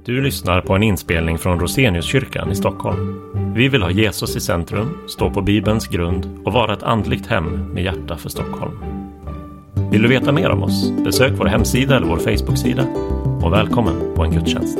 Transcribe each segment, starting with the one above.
Du lyssnar på en inspelning från Roseniuskyrkan i Stockholm. Vi vill ha Jesus i centrum, stå på Bibelns grund och vara ett andligt hem med hjärta för Stockholm. Vill du veta mer om oss? Besök vår hemsida eller vår Facebook-sida. Och välkommen på en gudstjänst.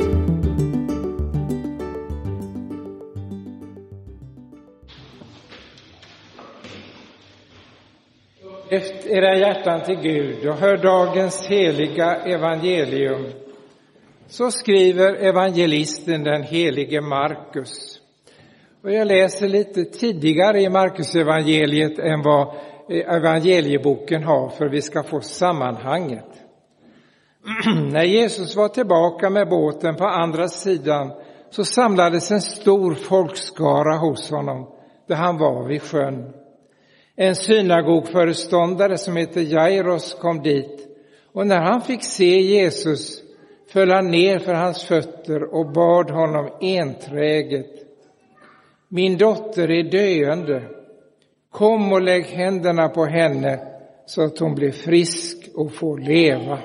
Lyft era hjärtan till Gud och hör dagens heliga evangelium. Så skriver evangelisten den helige Markus. Och jag läser lite tidigare i Markus evangeliet än vad evangelieboken har, för vi ska få sammanhanget. När Jesus var tillbaka med båten på andra sidan så samlades en stor folkskara hos honom där han var vid sjön. En synagogföreståndare som heter Jairus kom dit, och när han fick se Jesus föll han ner för hans fötter och bad honom enträget: min dotter är döende, kom och lägg händerna på henne så att hon blir frisk och får leva.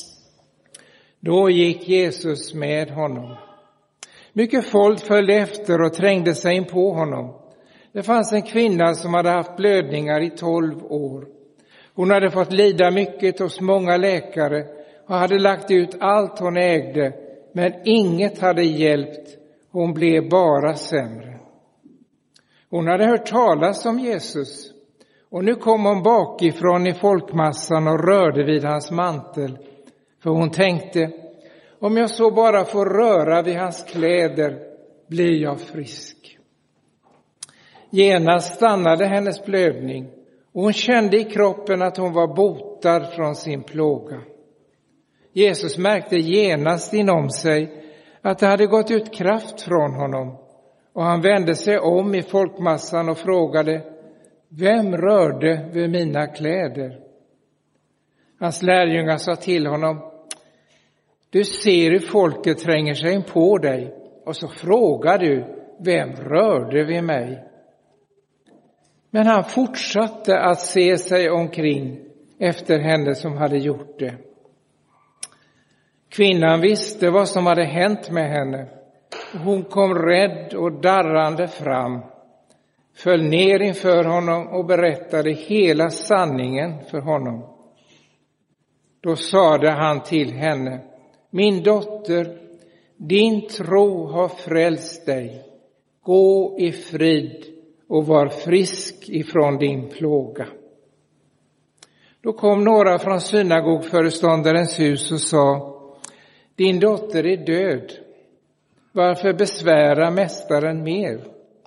Då gick Jesus med honom. Mycket folk följde efter och trängde sig in på honom. Det fanns en kvinna som hade haft blödningar i 12 år. Hon hade fått lida mycket hos många läkare och hade lagt ut allt hon ägde, men inget hade hjälpt. Hon blev bara sämre. Hon hade hört talas om Jesus, och nu kom hon bakifrån i folkmassan och rörde vid hans mantel. För hon tänkte: om jag så bara får röra vid hans kläder blir jag frisk. Genast stannade hennes blödning, och hon kände i kroppen att hon var botad från sin plåga. Jesus märkte genast inom sig att det hade gått ut kraft från honom, och han vände sig om i folkmassan och frågade: vem rörde vid mina kläder? Hans lärjungar sa till honom: du ser hur folket tränger sig in på dig, och så frågar du: vem rörde vid mig? Men han fortsatte att se sig omkring efter henne som hade gjort det. Kvinnan visste vad som hade hänt med henne. Hon kom rädd och darrande fram, föll ner inför honom och berättade hela sanningen för honom. Då sade han till henne: min dotter, din tro har frälst dig. Gå i frid och var frisk ifrån din plåga. Då kom några från synagogföreståndarens hus och sa: din dotter är död. Varför besvära mästaren mer?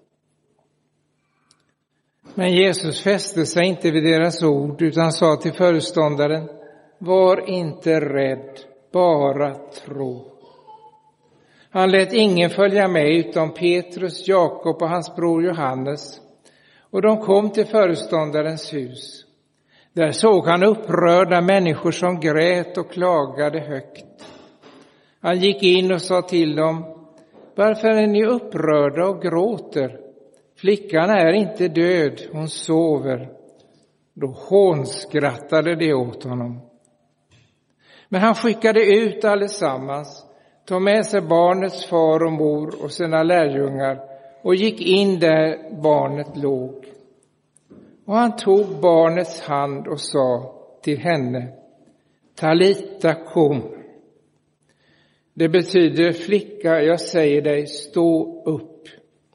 Men Jesus fäste sig inte vid deras ord, utan sa till föreståndaren: var inte rädd, bara tro. Han lät ingen följa med utom Petrus, Jakob och hans bror Johannes. Och de kom till föreståndarens hus. Där såg han upprörda människor som grät och klagade högt. Han gick in och sa till dem: varför är ni upprörda och gråter? Flickan är inte död, hon sover. Då hånskrattade de åt honom. Men han skickade ut allesammans, tog med sig barnets far och mor och sina lärjungar och gick in där barnet låg. Och han tog barnets hand och sa till henne: Talita kum. Det betyder: flicka, jag säger dig, stå upp.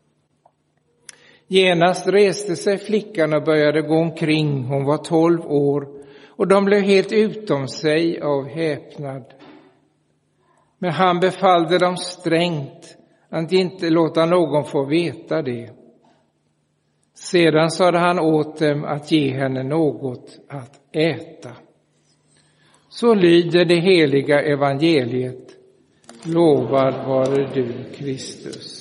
Genast reste sig flickan och började gå omkring. Hon var 12 år, och de blev helt utom sig av häpnad. Men han befallde dem strängt att inte låta någon få veta det. Sedan sade han åt dem att ge henne något att äta. Så lyder det heliga evangeliet. Lovad vare du, Kristus.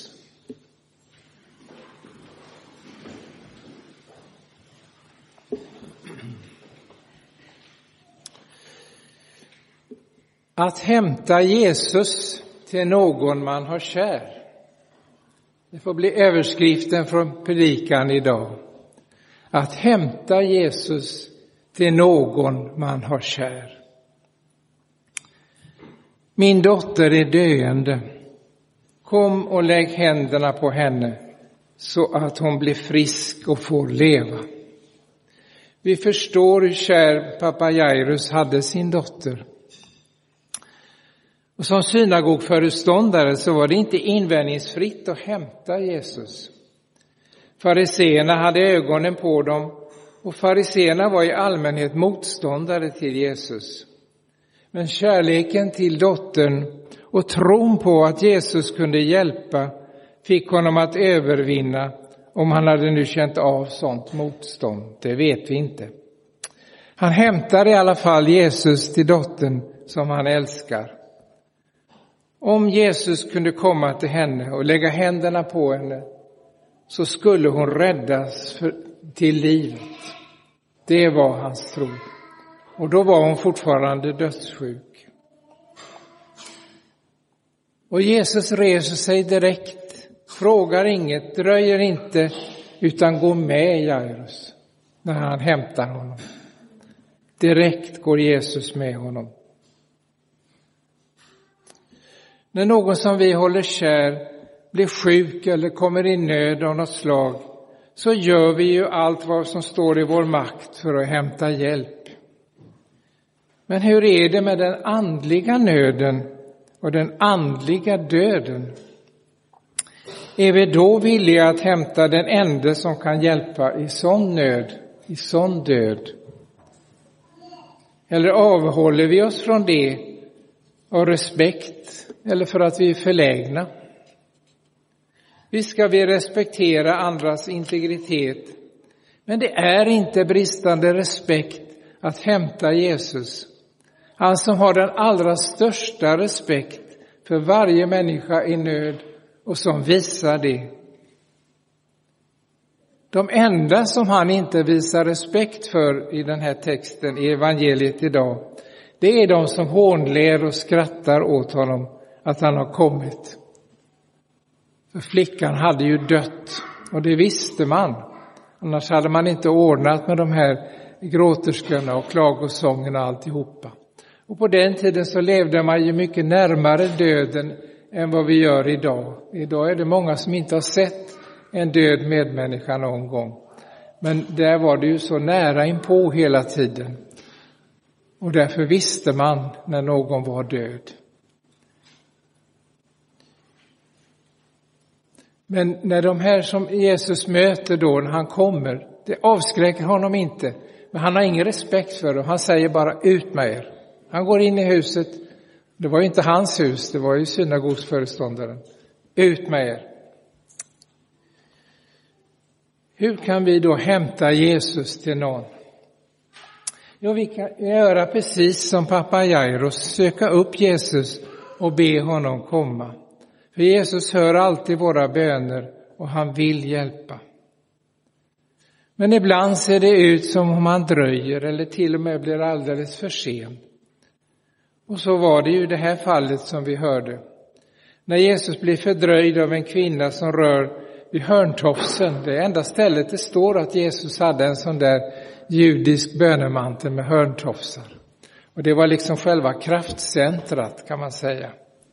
Att hämta Jesus till någon man har kär. Det får bli överskriften från predikan idag. Att hämta Jesus till någon man har kär. Min dotter är döende. Kom och lägg händerna på henne så att hon blir frisk och får leva. Vi förstår hur kär pappa Jairus hade sin dotter. Och som synagogföreståndare så var det inte invändningsfritt att hämta Jesus. Fariseerna hade ögonen på dem, och fariseerna var i allmänhet motståndare till Jesus. Men kärleken till dottern och tron på att Jesus kunde hjälpa fick honom att övervinna. Om han hade nu känt av sånt motstånd, det vet vi inte. Han hämtar i alla fall Jesus till dottern som han älskar. Om Jesus kunde komma till henne och lägga händerna på henne, så skulle hon räddas till livet. Det var hans tro. Och då var hon fortfarande dödssjuk. Och Jesus reser sig direkt, frågar inget, dröjer inte, utan går med Jairus när han hämtar honom. Direkt går Jesus med honom. När någon som vi håller kär blir sjuk eller kommer i nöd av något slag, så gör vi ju allt vad som står i vår makt för att hämta hjälp. Men hur är det med den andliga nöden och den andliga döden? Är vi då villiga att hämta den enda som kan hjälpa i sån nöd, i sån död? Eller avhåller vi oss från det av respekt eller för att vi är förlägna? Visst ska vi respektera andras integritet, men det är inte bristande respekt att hämta Jesus. Han som har den allra största respekt för varje människa i nöd och som visar det. De enda som han inte visar respekt för i den här texten i evangeliet idag, det är de som hånler och skrattar åt honom att han har kommit. För flickan hade ju dött, och det visste man. Annars hade man inte ordnat med de här gråterskorna och klagosångerna och alltihopa. Och på den tiden så levde man ju mycket närmare döden än vad vi gör idag. Idag är det många som inte har sett en död medmänniska någon gång. Men där var det ju så nära inpå hela tiden. Och därför visste man när någon var död. Men när de här som Jesus möter då, när han kommer, det avskräcker honom inte. Men han har ingen respekt för det. Han säger bara ut med er. Han går in i huset. Det var ju inte hans hus, det var ju synagogsföreståndaren. Ut med er. Hur kan vi då hämta Jesus till någon? Jo, vi kan göra precis som pappa Jairus, söka upp Jesus och be honom komma. För Jesus hör alltid våra böner och han vill hjälpa. Men ibland ser det ut som om han dröjer eller till och med blir alldeles för sen. Och så var det ju i det här fallet som vi hörde. När Jesus blir fördröjd av en kvinna som rör vid hörntofsen, det enda stället det står att Jesus hade en sån där judisk bönemantel med hörntofsar. Och det var liksom själva kraftcentrat, kan man säga.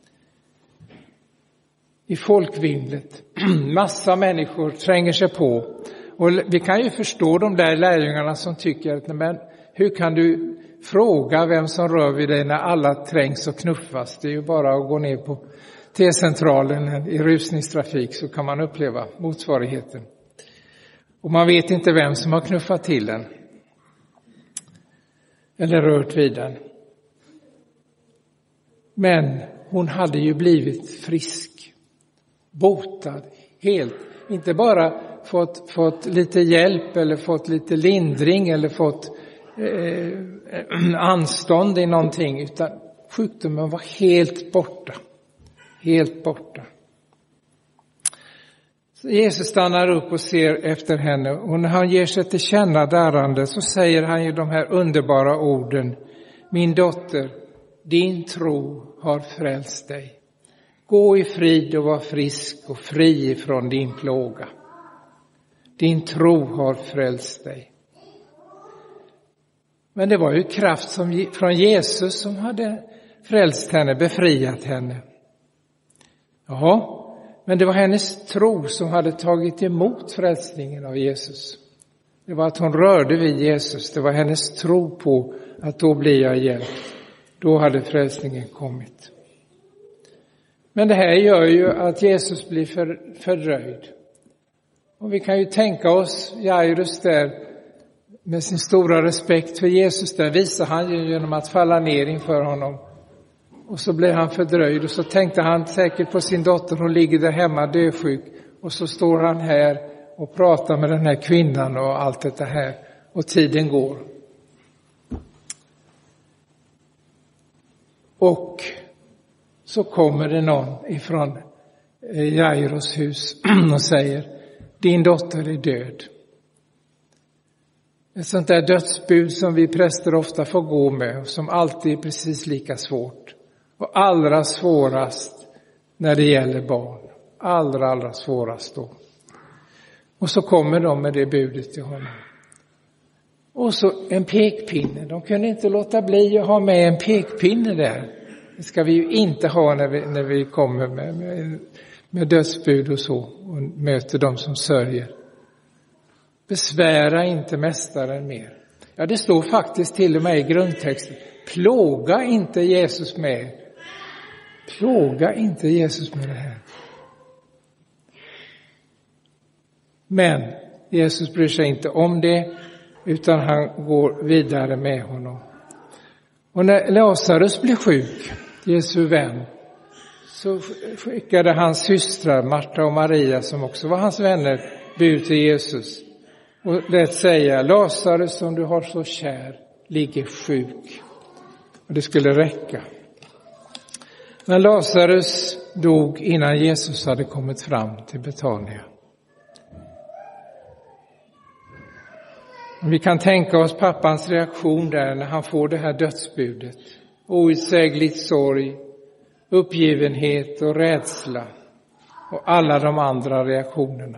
I folkvimlet. Massa människor tränger sig på. Och vi kan ju förstå de där lärjungarna som tycker att men hur kan du fråga vem som rör vid dig när alla trängs och knuffas? Det är ju bara att gå ner på T-centralen i rusningstrafik så kan man uppleva motsvarigheten. Och man vet inte vem som har knuffat till den. Eller rört vid den. Men hon hade ju blivit frisk. Botad helt. Inte bara fått lite hjälp eller fått lite lindring eller fått anstånd i någonting. Utan sjukdomen var helt borta. Helt borta. Så Jesus stannar upp och ser efter henne. Och när han ger sig till känna darrande så säger han ju de här underbara orden. Min dotter, din tro har frälst dig. Gå i frid och var frisk och fri ifrån din plåga. Din tro har frälst dig. Men det var ju kraft från Jesus som hade frälst henne, befriat henne. Jaha, Men det var hennes tro som hade tagit emot frälsningen av Jesus. Det var att hon rörde vid Jesus. Det var hennes tro på att då blir jag hjälpt. Då hade frälsningen kommit. Men det här gör ju att Jesus blir fördröjd. Och vi kan ju tänka oss Jairus där med sin stora respekt för Jesus. Där visar han ju genom att falla ner inför honom. Och så blev han fördröjd och så tänkte han säkert på sin dotter. Hon ligger där hemma dödsjuk. Och så står han här och pratar med den här kvinnan och allt detta här. Och tiden går. Och så kommer det någon ifrån Jairus hus och säger: din dotter är död. Ett sånt där dödsbud som vi präster ofta får gå med och som alltid är precis lika svårt. Och allra svårast när det gäller barn. Allra svårast då. Och så kommer de med det budet till honom. Och så en pekpinne. De kunde inte låta bli att ha med en pekpinne där. Det ska vi ju inte ha när vi kommer med dödsbud och så. Och möter de som sörjer. Besvära inte mästaren mer. Ja, det står faktiskt till och med i grundtexten. Plåga inte Jesus med. Plåga inte Jesus med det här. Men Jesus bryr sig inte om det, utan han går vidare med honom. Och när Lazarus blev sjuk, Jesu vän, så skickade hans systrar Marta och Maria, som också var hans vänner, bud till Jesus. Och lät säga: Lazarus som du har så kär ligger sjuk. Och det skulle räcka. Men Lazarus dog innan Jesus hade kommit fram till Betania. Vi kan tänka oss pappans reaktion där när han får det här dödsbudet. Outsägligt sorg, uppgivenhet och rädsla och alla de andra reaktionerna.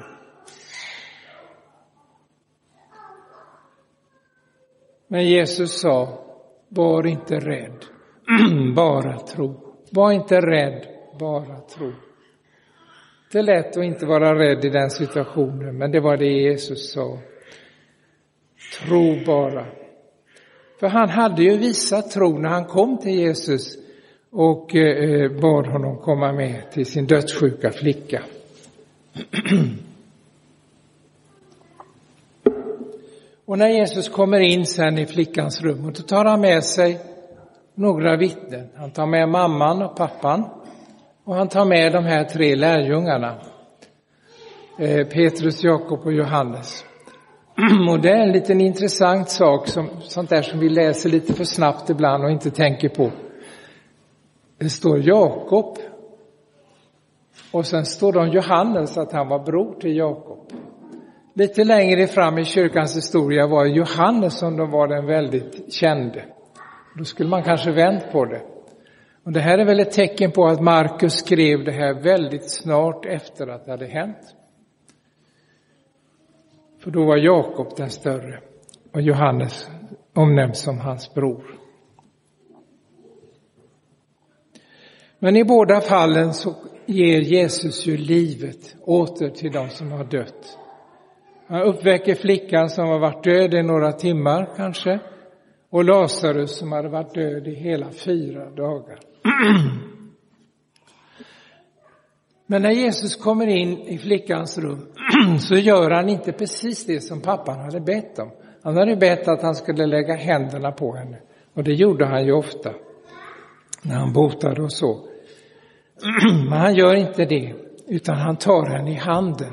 Men Jesus sa: var inte rädd, bara tro. Var inte rädd, bara tro. Det är lätt att inte vara rädd i den situationen, men det var det Jesus sa. Tro bara. För han hade ju visat tro när han kom till Jesus och bad honom komma med till sin dödssjuka flicka. Och när Jesus kommer in sen i flickans rum, och då tar han med sig några vittnen. Han tar med mamman och pappan och han tar med de här 3 lärjungarna. Petrus, Jakob och Johannes. Och det är en liten intressant sak, sånt där som vi läser lite för snabbt ibland och inte tänker på. Det står Jakob och sen står det om Johannes att han var bror till Jakob. Lite längre fram i kyrkans historia var Johannes som de var den väldigt kände. Då skulle man kanske vänt på det. Och det här är väl ett tecken på att Markus skrev det här väldigt snart efter att det hade hänt. För då var Jakob den större och Johannes omnämns som hans bror. Men i båda fallen så ger Jesus ju livet åter till de som har dött. Han uppväcker flickan som har varit död i några timmar kanske. Och Lazarus som hade varit död i hela 4 dagar. Men när Jesus kommer in i flickans rum så gör han inte precis det som pappan hade bett om. Han hade bett att han skulle lägga händerna på henne. Och det gjorde han ju ofta när han botade och så. Men han gör inte det, utan han tar henne i handen.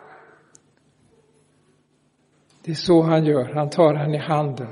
Det är så han gör, han tar henne i handen.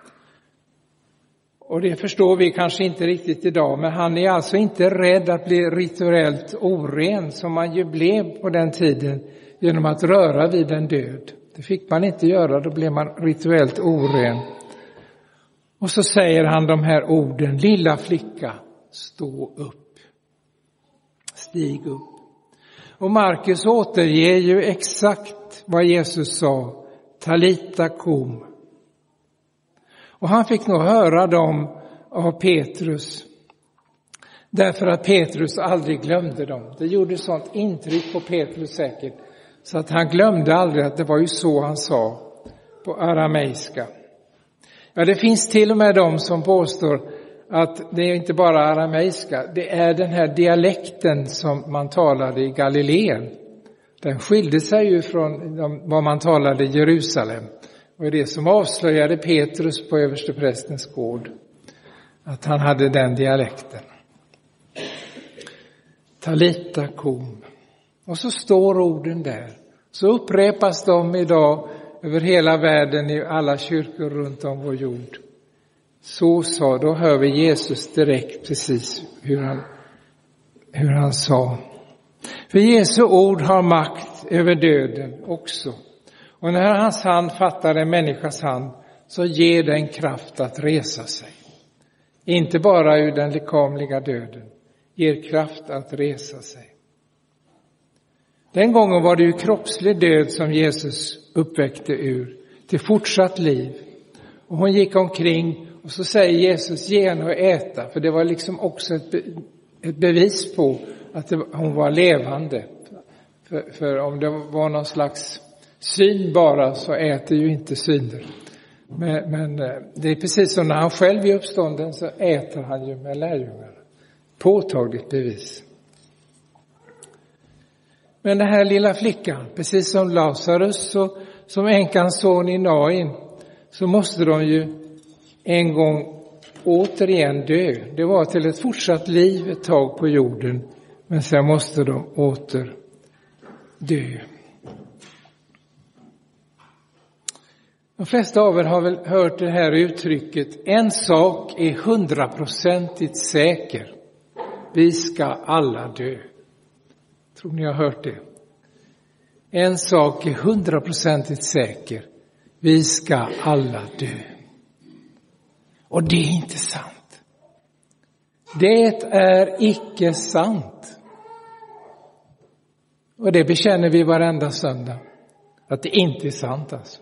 Och det förstår vi kanske inte riktigt idag, men han är alltså inte rädd att bli rituellt oren som man ju blev på den tiden genom att röra vid en död. Det fick man inte göra, då blev man rituellt oren. Och så säger han de här orden: lilla flicka, stå upp. Stig upp. Och Markus återger ju exakt vad Jesus sa: Talita kum. Och han fick nog höra dem av Petrus Därför att Petrus aldrig glömde dem. Det gjorde sånt intryck på Petrus säkert. Så att han glömde aldrig att det var ju så han sa på arameiska. Ja, det finns till och med de som påstår att det är inte bara arameiska. Det är den här dialekten som man talade i Galileen. Den skilde sig ju från vad man talade i Jerusalem. Och det som avslöjade Petrus på översteprästens gård. Att han hade den dialekten. Talita kum. Och så står orden där. Så upprepas de idag över hela världen i alla kyrkor runt om vår jord. Så sa, då hör vi Jesus direkt precis hur han sa. För Jesu ord har makt över döden också. Och när hans hand fattar en människas hand så ger den kraft att resa sig. Inte bara ur den lekamliga döden, ger kraft att resa sig. Den gången var det ju kroppslig död som Jesus uppväckte ur till fortsatt liv. Och hon gick omkring och så säger Jesus, ge henne att äta. För det var liksom också ett bevis på att hon var levande. För om det var någon slags syn bara så äter ju inte synder. Men det är precis som när han själv är uppstånden så äter han ju med lärjungarna. Påtagligt bevis. Men den här lilla flickan, precis som Lazarus och som änkans son i Nain, så måste de ju en gång återigen dö. Det var till ett fortsatt liv ett tag på jorden, men sen måste de åter dö. De flesta av er har väl hört det här uttrycket, en sak är 100% säker. Vi ska alla dö. Tror ni har hört det? En sak är 100% säker. Vi ska alla dö. Och det är inte sant. Det är icke sant. Och det bekänner vi varenda söndag. Att det inte är sant alltså.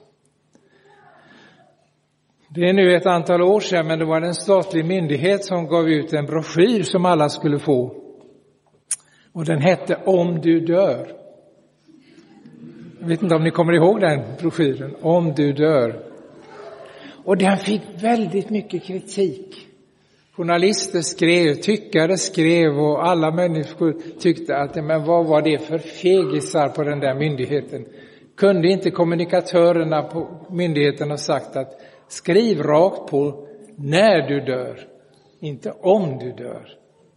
Det är nu ett antal år sedan, men det var en statlig myndighet som gav ut en broschyr som alla skulle få. Och den hette Om du dör. Jag vet inte om ni kommer ihåg den broschyren. Om du dör. Och den fick väldigt mycket kritik. Journalister skrev, tyckare skrev och alla människor tyckte att men vad var det för fegisar på den där myndigheten. Kunde inte kommunikatörerna på myndigheten ha sagt att skriv rakt på när du dör, inte om du dör.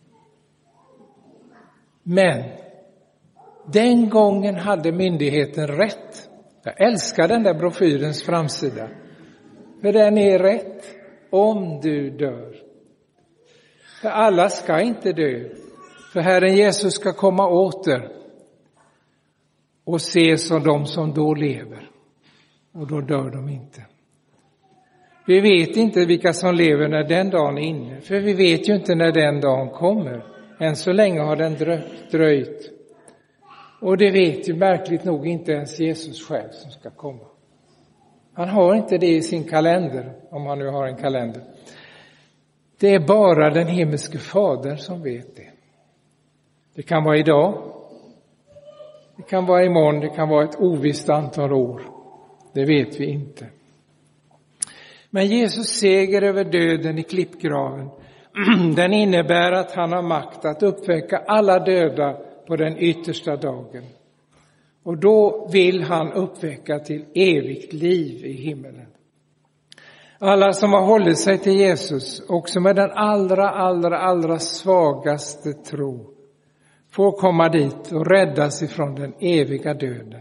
Men den gången hade myndigheten rätt. Jag älskar den där broschyrens framsida. För den är rätt om du dör. För alla ska inte dö. För Herren Jesus ska komma åter och se som de som då lever. Och då dör de inte. Vi vet inte vilka som lever när den dagen är inne. För vi vet ju inte när den dagen kommer. Än så länge har den dröjt. Och det vet ju märkligt nog inte ens Jesus själv som ska komma. Han har inte det i sin kalender, om han nu har en kalender. Det är bara den himmelske fader som vet det. Det kan vara idag. Det kan vara imorgon. Det kan vara ett ovisst antal år. Det vet vi inte. Men Jesus seger över döden i klippgraven. Den innebär att han har makt att uppväcka alla döda på den yttersta dagen. Och då vill han uppväcka till evigt liv i himmelen. Alla som har hållit sig till Jesus, också med den allra svagaste tro, får komma dit och räddas ifrån den eviga döden.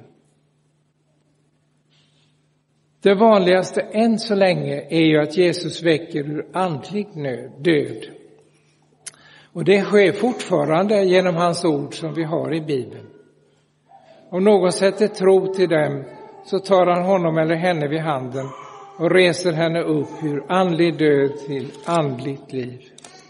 Det vanligaste än så länge är ju att Jesus väcker ur andlig död. Och det sker fortfarande genom hans ord som vi har i Bibeln. Om någon sätter tro till dem så tar han honom eller henne vid handen och reser henne upp ur andlig död till andligt liv.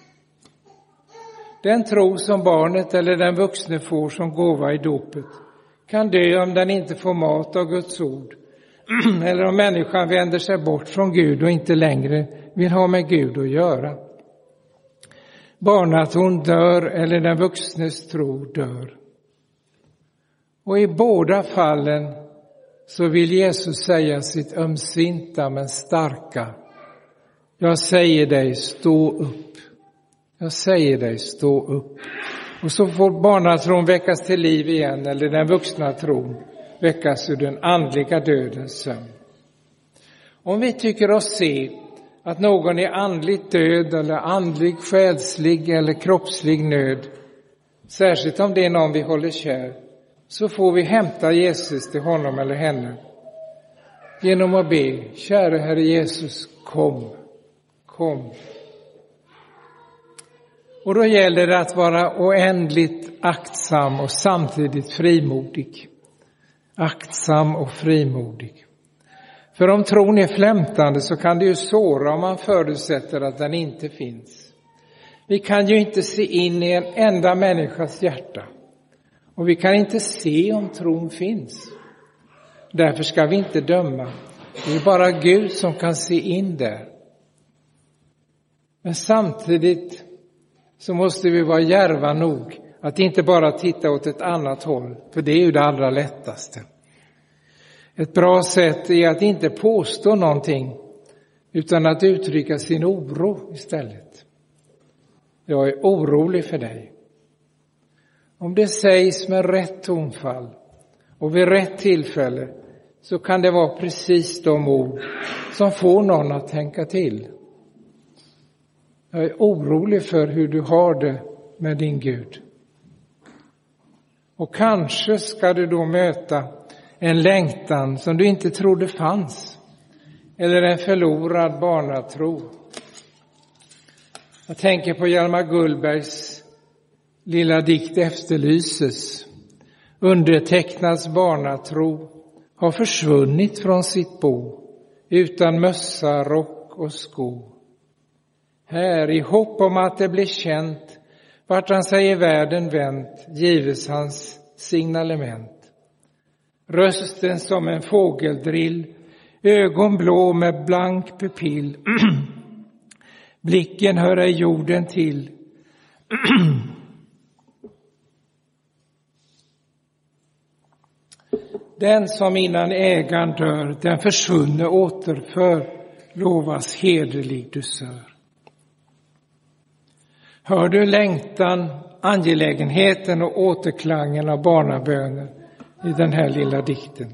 Den tro som barnet eller den vuxne får som gåva i dopet kan dö om den inte får mat av Guds ord. Eller om människan vänder sig bort från Gud och inte längre vill ha med Gud att göra. Barnatron dör eller den vuxnes tro dör. Och i båda fallen så vill Jesus säga sitt ömsinta men starka: jag säger dig, stå upp. Jag säger dig, stå upp. Och så får barnatron väckas till liv igen, eller den vuxna tron väckas ur den andliga dödens sömn. Om vi tycker oss se att någon är andligt död eller andlig, själslig eller kroppslig nöd, särskilt om det är någon vi håller kär, så får vi hämta Jesus till honom eller henne genom att be: käre Herre Jesus, kom, kom. Och då gäller det att vara oändligt aktsam och samtidigt frimodig. Aktsam och frimodig. För om tron är flämtande så kan det ju såra om man förutsätter att den inte finns. Vi kan ju inte se in i en enda människas hjärta. Och vi kan inte se om tron finns. Därför ska vi inte döma. Det är bara Gud som kan se in där. Men samtidigt så måste vi vara djärva nog att inte bara titta åt ett annat håll. För det är ju det allra lättaste. Ett bra sätt är att inte påstå någonting utan att uttrycka sin oro istället. Jag är orolig för dig. Om det sägs med rätt tonfall och vid rätt tillfälle så kan det vara precis de ord som får någon att tänka till. Jag är orolig för hur du har det med din Gud. Och kanske ska du då möta en längtan som du inte trodde fanns. Eller en förlorad barnatro. Jag tänker på Hjalmar Gullbergs lilla dikt Efterlyses. Undertecknads barnatro har försvunnit från sitt bo, utan mössa, rock och sko. Här i hopp om att det blir känt vart han sig i världen vänt, gives hans signalement. Rösten som en fågeldrill, ögon blå med blank pupill. Blicken hör ej jorden till. Den som innan ägaren dör, den försvunne återför, lovas hederlig dusör. Hör du längtan, angelägenheten och återklangen av barnaböner i den här lilla dikten?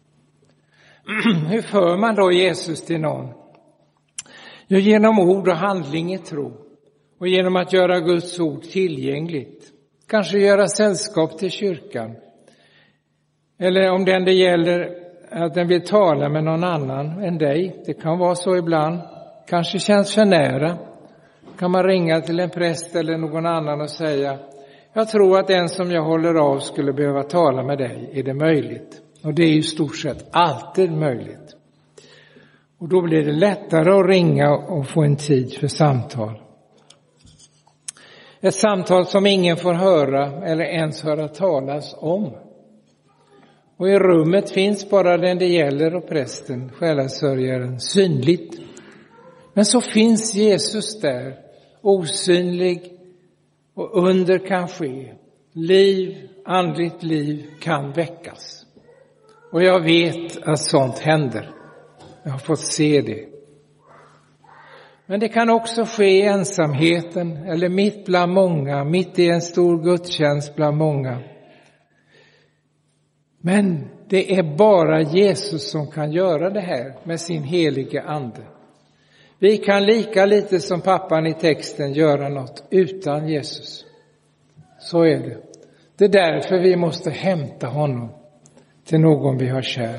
Hur för man då Jesus till någon? Jo, genom ord och handling i tro. Och genom att göra Guds ord tillgängligt. Kanske göra sällskap till kyrkan. Eller om det gäller att den vill tala med någon annan än dig. Det kan vara så ibland. Kanske känns för nära. Kan man ringa till en präst eller någon annan och säga: jag tror att den som jag håller av skulle behöva tala med dig. Är det möjligt? Och det är ju stort sett alltid möjligt. Och då blir det lättare att ringa och få en tid för samtal. Ett samtal som ingen får höra eller ens höra talas om. Och i rummet finns bara den det gäller och prästen, själasörjaren, synligt. Men så finns Jesus där, osynlig, och under kan ske. Liv, andligt liv kan väckas. Och jag vet att sånt händer. Jag har fått se det. Men det kan också ske i ensamheten eller mitt bland många, mitt i en stor gudstjänst bland många. Men det är bara Jesus som kan göra det här med sin helige ande. Vi kan lika lite som pappan i texten göra något utan Jesus. Så är det. Det är därför vi måste hämta honom till någon vi har kär.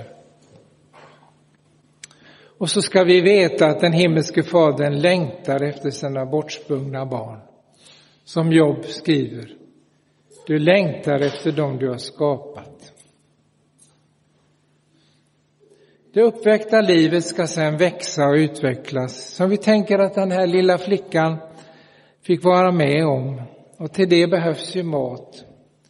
Och så ska vi veta att den himmelske fadern längtar efter sina bortsprungna barn. Som Jobb skriver: du längtar efter dem du har skapat. Det uppväckta livet ska sedan växa och utvecklas, som vi tänker att den här lilla flickan fick vara med om. Och till det behövs ju mat.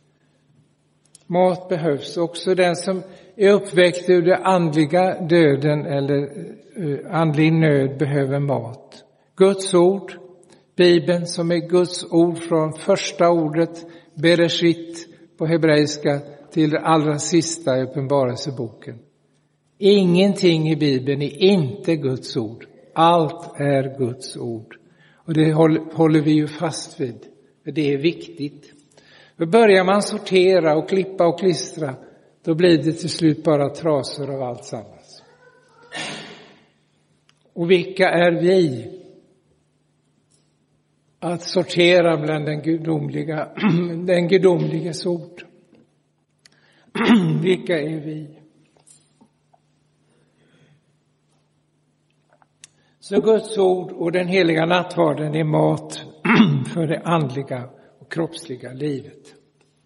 Mat behövs. Också den som är uppväckt ur den andliga döden eller andlig nöd behöver mat. Guds ord, Bibeln som är Guds ord från första ordet, Bereshit på hebreiska, till det allra sista i Uppenbarelseboken. Ingenting i Bibeln är inte Guds ord. Allt är Guds ord. Och det håller vi ju fast vid. För det är viktigt. För börjar man sortera och klippa och klistra, då blir det till slut bara trasor av allt sammans. Och vilka är vi att sortera bland den gudomliges ord? Vilka är vi? Så Guds ord och den heliga nattvarden är mat för det andliga och kroppsliga livet.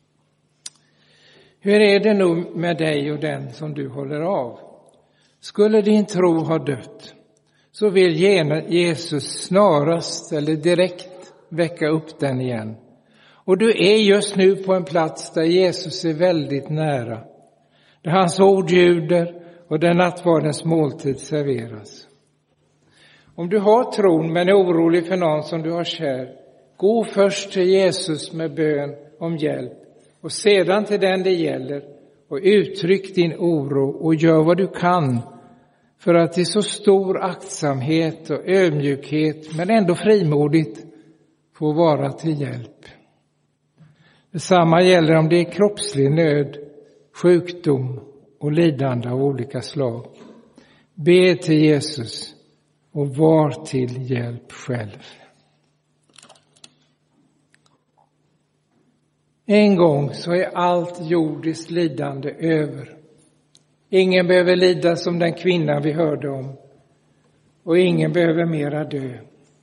Hur är det nu med dig och den som du håller av? Skulle din tro ha dött, så vill Jesus snarast eller direkt väcka upp den igen. Och du är just nu på en plats där Jesus är väldigt nära. Där hans ord ljuder och där nattvardens måltid serveras. Om du har tron men är orolig för någon som du har kär, gå först till Jesus med bön om hjälp och sedan till den det gäller och uttryck din oro och gör vad du kan för att i så stor aktsamhet och ödmjukhet men ändå frimodigt få vara till hjälp. Detsamma gäller om det är kroppslig nöd, sjukdom och lidande av olika slag. Be till Jesus och var till hjälp själv. En gång så är allt jordiskt lidande över. Ingen behöver lida som den kvinna vi hörde om. Och ingen behöver mera dö.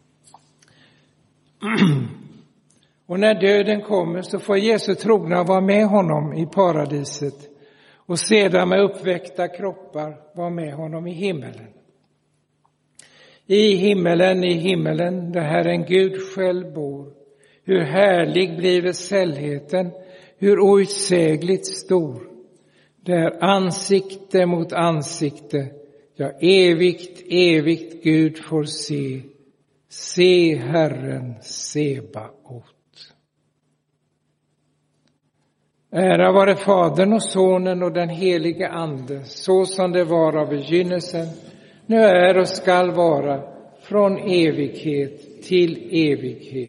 Och när döden kommer så får Jesu trogna vara med honom i paradiset. Och sedan med uppväckta kroppar vara med honom i himmelen. I himmelen, där Herren Gud själv bor. Hur härlig blir sällheten, hur outsägligt stor. Där ansikte mot ansikte, ja evigt Gud får se. Se Herren Sebaot. Ära vare Fadern och Sonen och den helige Ande, så som det var av begynnelsen, nu är och skall vara, från evighet till evighet.